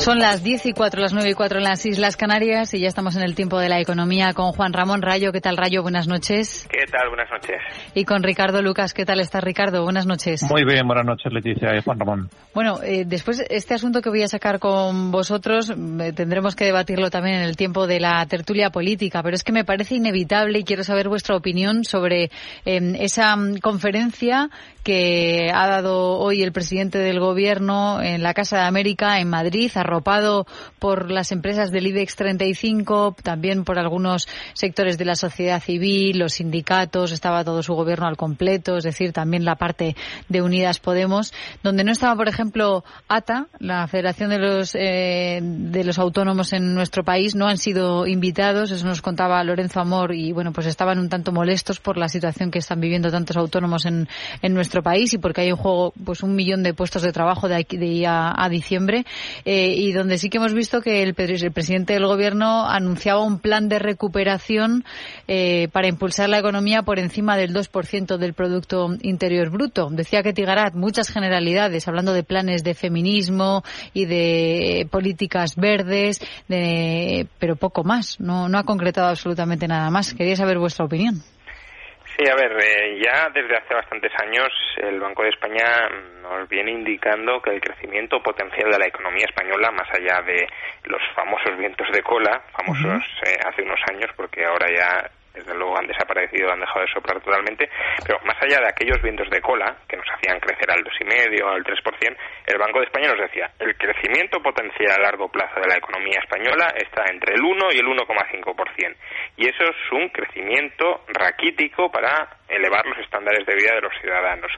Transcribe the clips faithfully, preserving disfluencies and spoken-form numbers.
Son las diez y cuatro, las nueve y cuatro en las Islas Canarias y ya estamos en el tiempo de la economía con Juan Ramón Rayo. ¿Qué tal, Rayo? Buenas noches. ¿Qué tal? Buenas noches. Y con Ricardo Lucas. ¿Qué tal estás, Ricardo? Buenas noches. Muy bien, buenas noches, Leticia y Juan Ramón. Bueno, eh, después este asunto que voy a sacar con vosotros eh, tendremos que debatirlo también en el tiempo de la tertulia política, pero es que me parece inevitable y quiero saber vuestra opinión sobre eh, esa um, conferencia que ha dado hoy el presidente del Gobierno en la Casa de América en Madrid, arropado por las empresas del IBEX treinta y cinco, también por algunos sectores de la sociedad civil, los sindicatos, estaba todo su gobierno al completo, es decir, también la parte de Unidas Podemos, donde no estaba, por ejemplo, A T A, la Federación de los eh, de los Autónomos en nuestro país, no han sido invitados, eso nos contaba Lorenzo Amor, y bueno, pues estaban un tanto molestos por la situación que están viviendo tantos autónomos en, en nuestro país y porque hay en juego pues un millón de puestos de trabajo de aquí de ahí a, a diciembre, eh, y donde sí que hemos visto que el, el presidente del Gobierno anunciaba un plan de recuperación eh, para impulsar la economía por encima del dos por ciento del Producto Interior Bruto. Decía Ketty Garat muchas generalidades, hablando de planes de feminismo y de políticas verdes, de, pero poco más. No, no ha concretado absolutamente nada más. Quería saber vuestra opinión. Sí, a ver, eh, ya desde hace bastantes años el Banco de España nos viene indicando que el crecimiento potencial de la economía española, más allá de los famosos vientos de cola, famosos eh, hace unos años, porque ahora ya desde luego han desaparecido, han dejado de soplar totalmente, pero más allá de aquellos vientos de cola que nos hacían crecer al dos coma cinco por ciento, al tres por ciento, el Banco de España nos decía, el crecimiento potencial a largo plazo de la economía española está entre el uno y el uno coma cinco por ciento, y eso es un crecimiento raquítico para elevar los estándares de vida de los ciudadanos.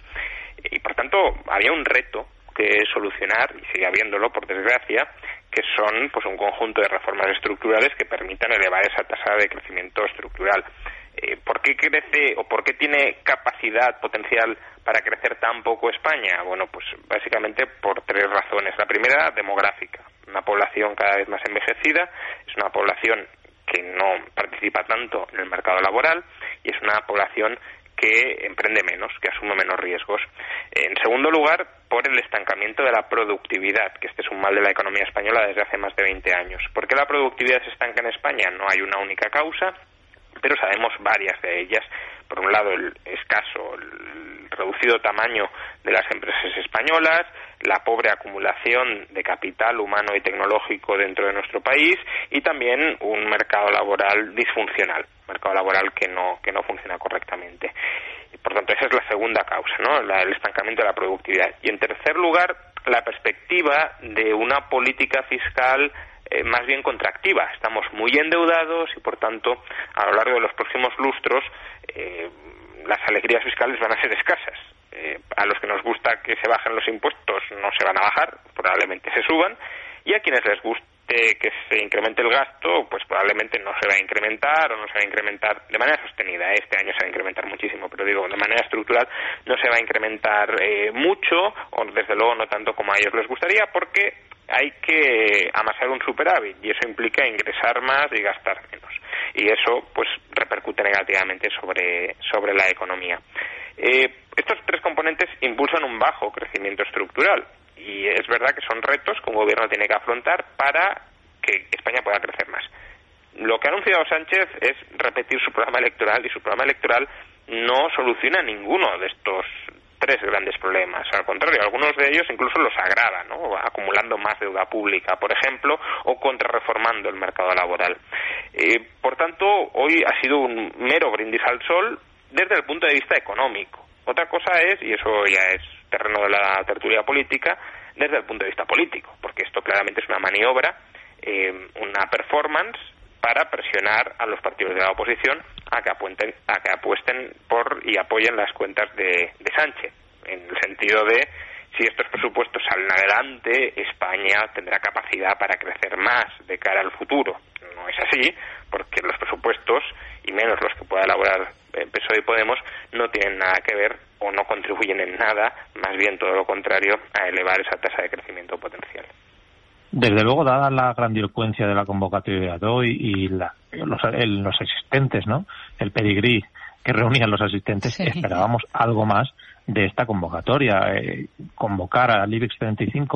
Y por tanto, había un reto que solucionar, y sigue habiéndolo por desgracia, que son pues un conjunto de reformas estructurales que permitan elevar esa tasa de crecimiento estructural. Eh, ¿Por qué crece o por qué tiene capacidad potencial para crecer tan poco España? Bueno, pues básicamente por tres razones. La primera, demográfica. Una población cada vez más envejecida, es una población que no participa tanto en el mercado laboral y es una población que emprende menos, que asume menos riesgos. En segundo lugar, por el estancamiento de la productividad, que este es un mal de la economía española desde hace más de veinte años. ¿Por qué la productividad se estanca en España? No hay una única causa, pero sabemos varias de ellas. Por un lado, el escaso, el reducido tamaño de las empresas españolas, la pobre acumulación de capital humano y tecnológico dentro de nuestro país y también un mercado laboral disfuncional, un mercado laboral que no que no funciona correctamente. Y por tanto, esa es la segunda causa, ¿no? La, el estancamiento de la productividad. Y en tercer lugar, la perspectiva de una política fiscal eh, más bien contractiva. Estamos muy endeudados y por tanto, a lo largo de los próximos lustros, eh, las alegrías fiscales van a ser escasas. Eh, a los que nos gusta que se bajen los impuestos no se van a bajar, probablemente se suban, y a quienes les guste que se incremente el gasto, pues probablemente no se va a incrementar o no se va a incrementar de manera sostenida. Este año se va a incrementar muchísimo, pero digo, de manera estructural no se va a incrementar eh, mucho, o desde luego no tanto como a ellos les gustaría, porque hay que amasar un superávit y eso implica ingresar más y gastar menos. Y eso pues repercute negativamente sobre, sobre la economía. Eh, estos tres componentes impulsan un bajo crecimiento estructural y es verdad que son retos que un gobierno tiene que afrontar para que España pueda crecer más. Lo que ha anunciado Sánchez es repetir su programa electoral y su programa electoral no soluciona ninguno de estos tres grandes problemas. Al contrario, algunos de ellos incluso los agrava, ¿no? Acumulando más deuda pública, por ejemplo, o contrarreformando el mercado laboral. Eh, por tanto, hoy ha sido un mero brindis al sol desde el punto de vista económico. Otra cosa es, y eso ya es terreno de la tertulia política, desde el punto de vista político, porque esto claramente es una maniobra, eh, una performance para presionar a los partidos de la oposición a que apuesten, a que apuesten por y apoyen las cuentas de, de Sánchez, en el sentido de si estos presupuestos salen adelante, España tendrá capacidad para crecer más de cara al futuro. No es así, porque los presupuestos, y menos los que pueda elaborar P S O E y Podemos, no tienen nada que ver o no contribuyen en nada, más bien todo lo contrario, a elevar esa tasa de crecimiento potencial. Desde luego, dada la grandilocuencia de la convocatoria de hoy y la, los, el, los asistentes, ¿no? El pedigrí que reunían los asistentes, sí. Esperábamos algo más de esta convocatoria. Eh, convocar al IBEX treinta y cinco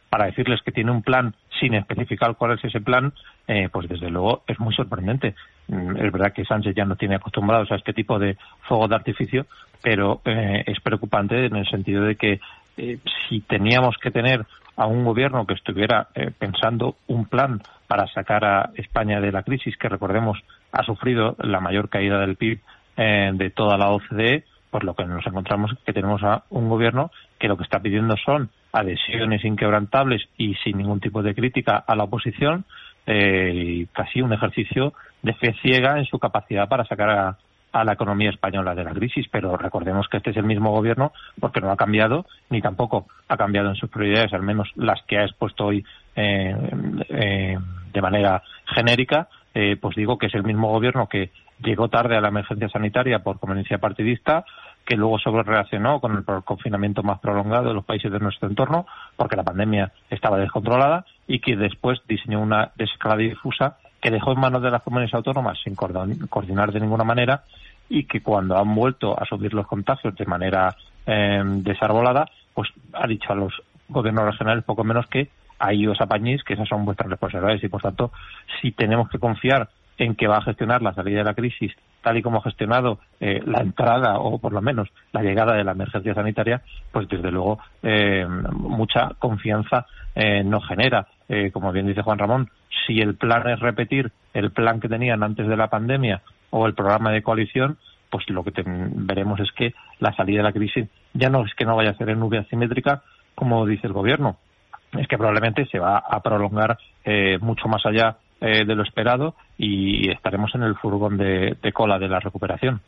para decirles que tiene un plan sin especificar cuál es ese plan, eh, pues desde luego es muy sorprendente. Es verdad que Sánchez ya no tiene acostumbrados a este tipo de fuegos de artificio, pero eh, es preocupante en el sentido de que eh, si teníamos que tener a un gobierno que estuviera eh, pensando un plan para sacar a España de la crisis, que recordemos ha sufrido la mayor caída del P I B eh, de toda la O C D E, pues lo que nos encontramos es que tenemos a un gobierno que lo que está pidiendo son adhesiones inquebrantables y sin ningún tipo de crítica a la oposición, eh, y casi un ejercicio de fe ciega en su capacidad para sacar a, a la economía española de la crisis. Pero recordemos que este es el mismo gobierno porque no ha cambiado, ni tampoco ha cambiado en sus prioridades, al menos las que ha expuesto hoy eh, eh, de manera genérica. Eh, pues digo que es el mismo gobierno que llegó tarde a la emergencia sanitaria por conveniencia partidista, que luego sobre reaccionó con el confinamiento más prolongado de los países de nuestro entorno, porque la pandemia estaba descontrolada, y que después diseñó una desescalada difusa que dejó en manos de las comunidades autónomas sin coordinar de ninguna manera, y que cuando han vuelto a subir los contagios de manera eh, desarbolada, pues ha dicho a los gobiernos regionales poco menos que ahí os apañéis, que esas son vuestras responsabilidades. Y por tanto, si tenemos que confiar en que va a gestionar la salida de la crisis tal y como ha gestionado eh, la entrada o por lo menos la llegada de la emergencia sanitaria, pues desde luego eh, mucha confianza eh, no genera. Eh, como bien dice Juan Ramón, si el plan es repetir el plan que tenían antes de la pandemia o el programa de coalición, pues lo que ten, veremos es que la salida de la crisis ya no es que no vaya a ser en nube asimétrica, como dice el gobierno, es que probablemente se va a prolongar eh, mucho más allá eh, de lo esperado, y estaremos en el furgón de, de cola de la recuperación.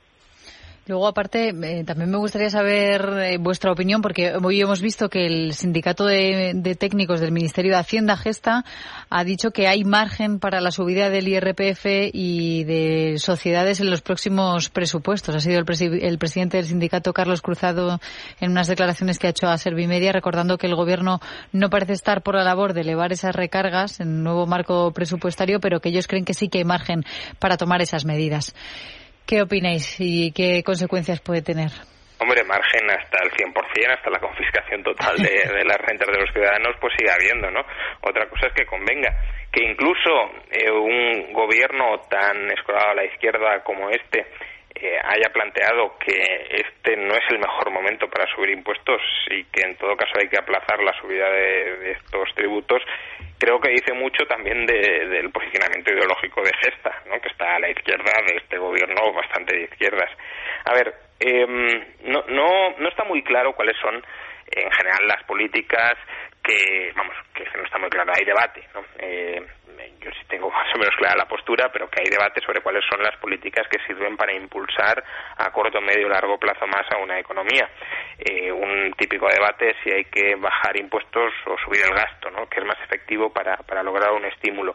Luego, aparte, eh, también me gustaría saber eh, vuestra opinión, porque hoy hemos visto que el sindicato de, de técnicos del Ministerio de Hacienda, Gesta, ha dicho que hay margen para la subida del I R P F y de sociedades en los próximos presupuestos. Ha sido el, presi- el presidente del sindicato, Carlos Cruzado, en unas declaraciones que ha hecho a Servimedia, recordando que el Gobierno no parece estar por la labor de elevar esas recargas en el nuevo marco presupuestario, pero que ellos creen que sí que hay margen para tomar esas medidas. ¿Qué opináis y qué consecuencias puede tener? Hombre, margen hasta el cien por ciento, hasta la confiscación total de, de las rentas de los ciudadanos, pues sigue habiendo, ¿no? Otra cosa es que convenga. Que incluso eh, un gobierno tan escorado a la izquierda como este eh, haya planteado que este no es el mejor momento para subir impuestos y que en todo caso hay que aplazar la subida de, de estos tributos, creo que dice mucho también de, del posicionamiento ideológico de Gesta, ¿no? Que está a la izquierda de este gobierno, bastante de izquierdas. A ver, eh, no, no, no está muy claro cuáles son en general las políticas que, vamos, que no está muy claro, hay debate, ¿no? Eh, yo sí tengo más o menos clara la postura, pero que hay debate sobre cuáles son las políticas que sirven para impulsar a corto, medio y largo plazo más a una economía. Eh, un típico debate es si hay que bajar impuestos o subir el gasto, ¿no? Que es más efectivo para, para lograr un estímulo.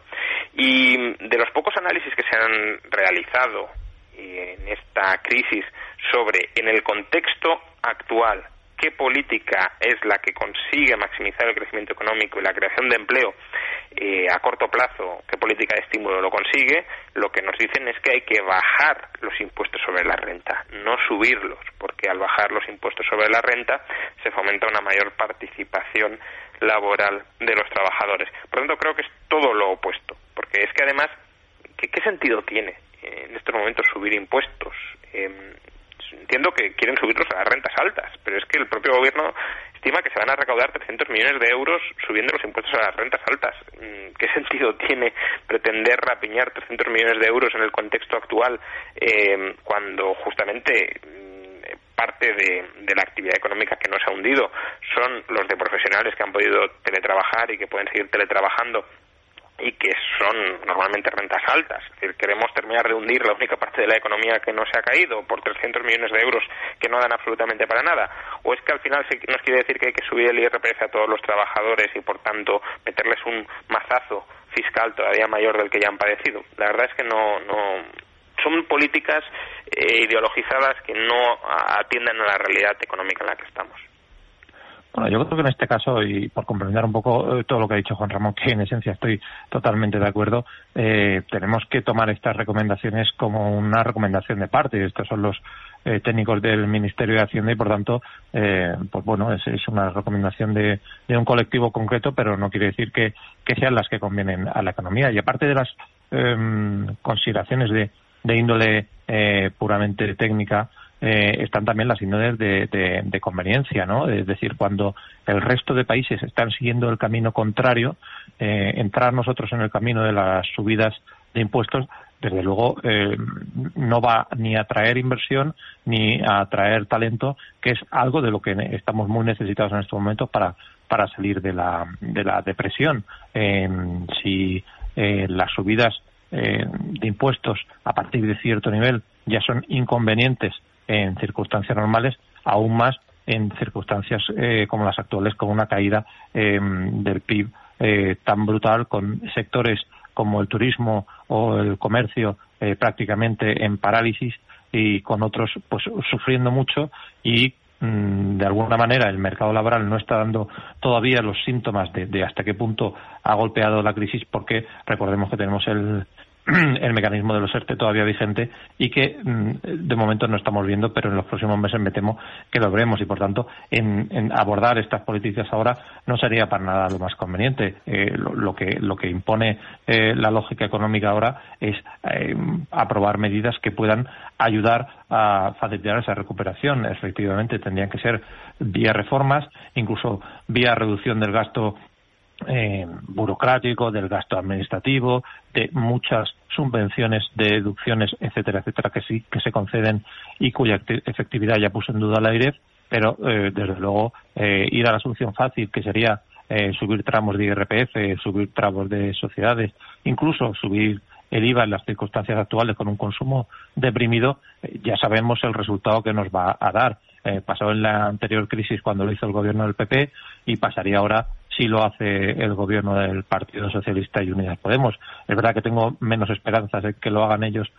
Y de los pocos análisis que se han realizado en esta crisis sobre, en el contexto actual, qué política es la que consigue maximizar el crecimiento económico y la creación de empleo eh, a corto plazo, qué política de estímulo lo consigue, lo que nos dicen es que hay que bajar los impuestos sobre la renta, no subirlos, porque al bajar los impuestos sobre la renta se fomenta una mayor participación laboral de los trabajadores. Por lo tanto, creo que es todo lo opuesto, porque es que además, ¿qué, qué sentido tiene en estos momentos subir impuestos? Eh, Entiendo que quieren subirlos a las rentas altas, pero es que el propio gobierno estima que se van a recaudar trescientos millones de euros subiendo los impuestos a las rentas altas. ¿Qué sentido tiene pretender rapiñar trescientos millones de euros en el contexto actual eh, cuando justamente parte de, de la actividad económica que no se ha hundido son los de profesionales que han podido teletrabajar y que pueden seguir teletrabajando y que son normalmente rentas altas? Es decir, queremos terminar de hundir la única parte de la economía que no se ha caído por trescientos millones de euros que no dan absolutamente para nada, o es que al final se nos quiere decir que hay que subir el I R P F a todos los trabajadores y por tanto meterles un mazazo fiscal todavía mayor del que ya han padecido. La verdad es que no, no son políticas eh, ideologizadas que no atienden a la realidad económica en la que estamos. Bueno, yo creo que en este caso, y por complementar un poco todo lo que ha dicho Juan Ramón, que en esencia estoy totalmente de acuerdo, eh, tenemos que tomar estas recomendaciones como una recomendación de parte. Estos son los eh, técnicos del Ministerio de Hacienda y, por tanto, eh, pues bueno, es, es una recomendación de, de un colectivo concreto, pero no quiere decir que, que sean las que convienen a la economía. Y aparte de las eh, consideraciones de, de índole eh, puramente técnica, Eh, están también las índoles de, de, de conveniencia, ¿no? Es decir, cuando el resto de países están siguiendo el camino contrario, eh, entrar nosotros en el camino de las subidas de impuestos, desde luego eh, no va ni a atraer inversión ni a atraer talento, que es algo de lo que estamos muy necesitados en estos momentos para para salir de la de la depresión. Eh, si eh, las subidas eh, de impuestos a partir de cierto nivel ya son inconvenientes en circunstancias normales, aún más en circunstancias eh, como las actuales, con una caída eh, del P I B eh, tan brutal, con sectores como el turismo o el comercio eh, prácticamente en parálisis y con otros pues sufriendo mucho, y mmm, de alguna manera el mercado laboral no está dando todavía los síntomas de, de hasta qué punto ha golpeado la crisis, porque recordemos que tenemos el el mecanismo de los ERTE todavía vigente y que de momento no estamos viendo, pero en los próximos meses me temo que lo veremos, y por tanto en, en abordar estas políticas ahora no sería para nada lo más conveniente. Eh, lo, lo que lo que impone eh, la lógica económica ahora es eh, aprobar medidas que puedan ayudar a facilitar esa recuperación. Efectivamente tendrían que ser vía reformas, incluso vía reducción del gasto Eh, burocrático, del gasto administrativo, de muchas subvenciones, de deducciones, etcétera, etcétera, que sí que se conceden y cuya efectividad ya puso en duda la AIREF, pero eh, desde luego eh, ir a la solución fácil, que sería eh, subir tramos de I R P F, subir tramos de sociedades, incluso subir el I V A en las circunstancias actuales con un consumo deprimido, eh, ya sabemos el resultado que nos va a dar. Eh, pasó en la anterior crisis cuando lo hizo el gobierno del P P y pasaría ahora si lo hace el gobierno del Partido Socialista y Unidas Podemos. Es verdad que tengo menos esperanzas de que lo hagan ellos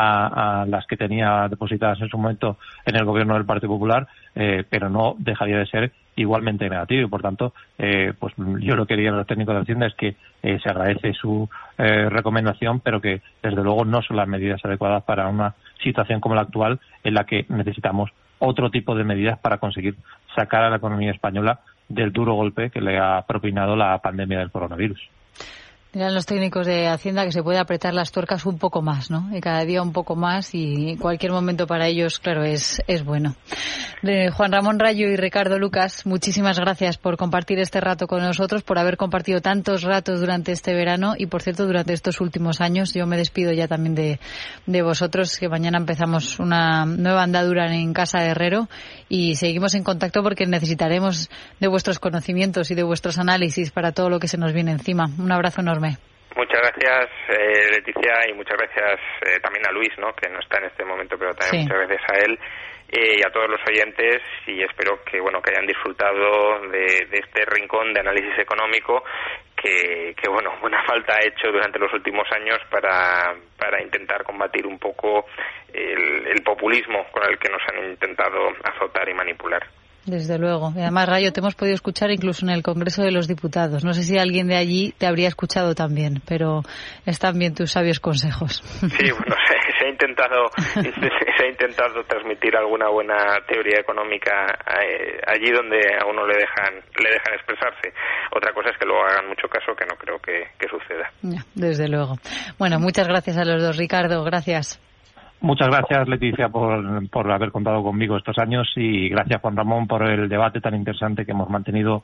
a, a las que tenía depositadas en su momento en el gobierno del Partido Popular, eh, pero no dejaría de ser igualmente negativo, y por tanto eh, pues yo lo que diría a los técnicos de Hacienda es que eh, se agradece su eh, recomendación, pero que desde luego no son las medidas adecuadas para una situación como la actual, en la que necesitamos otro tipo de medidas para conseguir sacar a la economía española del duro golpe que le ha propinado la pandemia del coronavirus. Dirán los técnicos de Hacienda que se puede apretar las tuercas un poco más, ¿no? Y cada día un poco más, y cualquier momento para ellos, claro, es, es bueno. De Juan Ramón Rayo y Ricardo Lucas, muchísimas gracias por compartir este rato con nosotros, por haber compartido tantos ratos durante este verano y, por cierto, durante estos últimos años. Yo me despido ya también de, de vosotros, que mañana empezamos una nueva andadura en Casa de Herrero y seguimos en contacto porque necesitaremos de vuestros conocimientos y de vuestros análisis para todo lo que se nos viene encima. Un abrazo enorme. Muchas gracias, eh, Leticia, y muchas gracias eh, también a Luis, ¿no?, que no está en este momento, pero también sí. Muchas gracias a él eh, y a todos los oyentes, y espero que bueno que hayan disfrutado de, de este rincón de análisis económico que, que bueno buena falta ha hecho durante los últimos años para para intentar combatir un poco el, el populismo con el que nos han intentado azotar y manipular. Desde luego. Y además, Rayo, te hemos podido escuchar incluso en el Congreso de los Diputados. No sé si alguien de allí te habría escuchado también, pero están bien tus sabios consejos. Sí, bueno, se, se ha intentado se ha intentado transmitir alguna buena teoría económica eh, allí donde a uno le dejan le dejan expresarse. Otra cosa es que luego hagan mucho caso, que no creo que, que suceda. Ya, desde luego. Bueno, muchas gracias a los dos. Ricardo, gracias. Muchas gracias, Leticia, por, por haber contado conmigo estos años, y gracias, Juan Ramón, por el debate tan interesante que hemos mantenido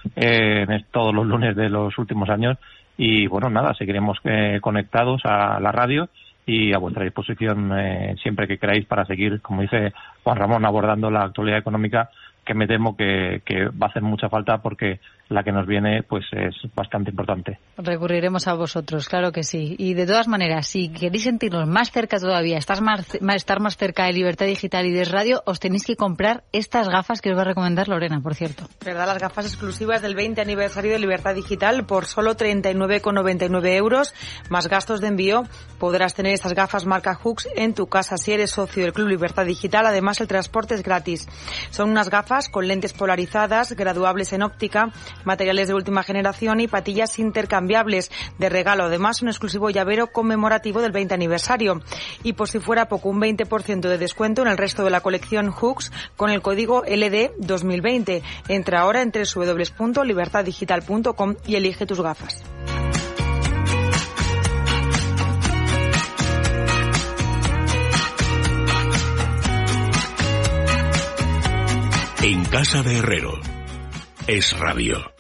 eh, todos los lunes de los últimos años. Y bueno, nada, seguiremos eh, conectados a la radio y a vuestra disposición eh, siempre que queráis para seguir, como dice Juan Ramón, abordando la actualidad económica, que me temo que, que va a hacer mucha falta, porque la que nos viene pues es bastante importante. Recurriremos a vosotros, claro que sí. Y de todas maneras, si queréis sentirnos más cerca todavía, estar más, estar más cerca de Libertad Digital y de Radio, os tenéis que comprar estas gafas que os va a recomendar Lorena, por cierto. ¿Verdad? Las gafas exclusivas del veinte aniversario de Libertad Digital por solo treinta y nueve con noventa y nueve euros, más gastos de envío. Podrás tener estas gafas marca Hooks en tu casa si eres socio del Club Libertad Digital. Además, el transporte es gratis. Son unas gafas con lentes polarizadas, graduables en óptica, materiales de última generación y patillas intercambiables. De regalo, además, un exclusivo llavero conmemorativo del veinte aniversario. Y por si fuera poco, un veinte por ciento de descuento en el resto de la colección Hooks con el código L D dos mil veinte. Entra ahora en doble u doble u doble u punto libertad digital punto com y elige tus gafas. En casa de Herrero. Es Radio.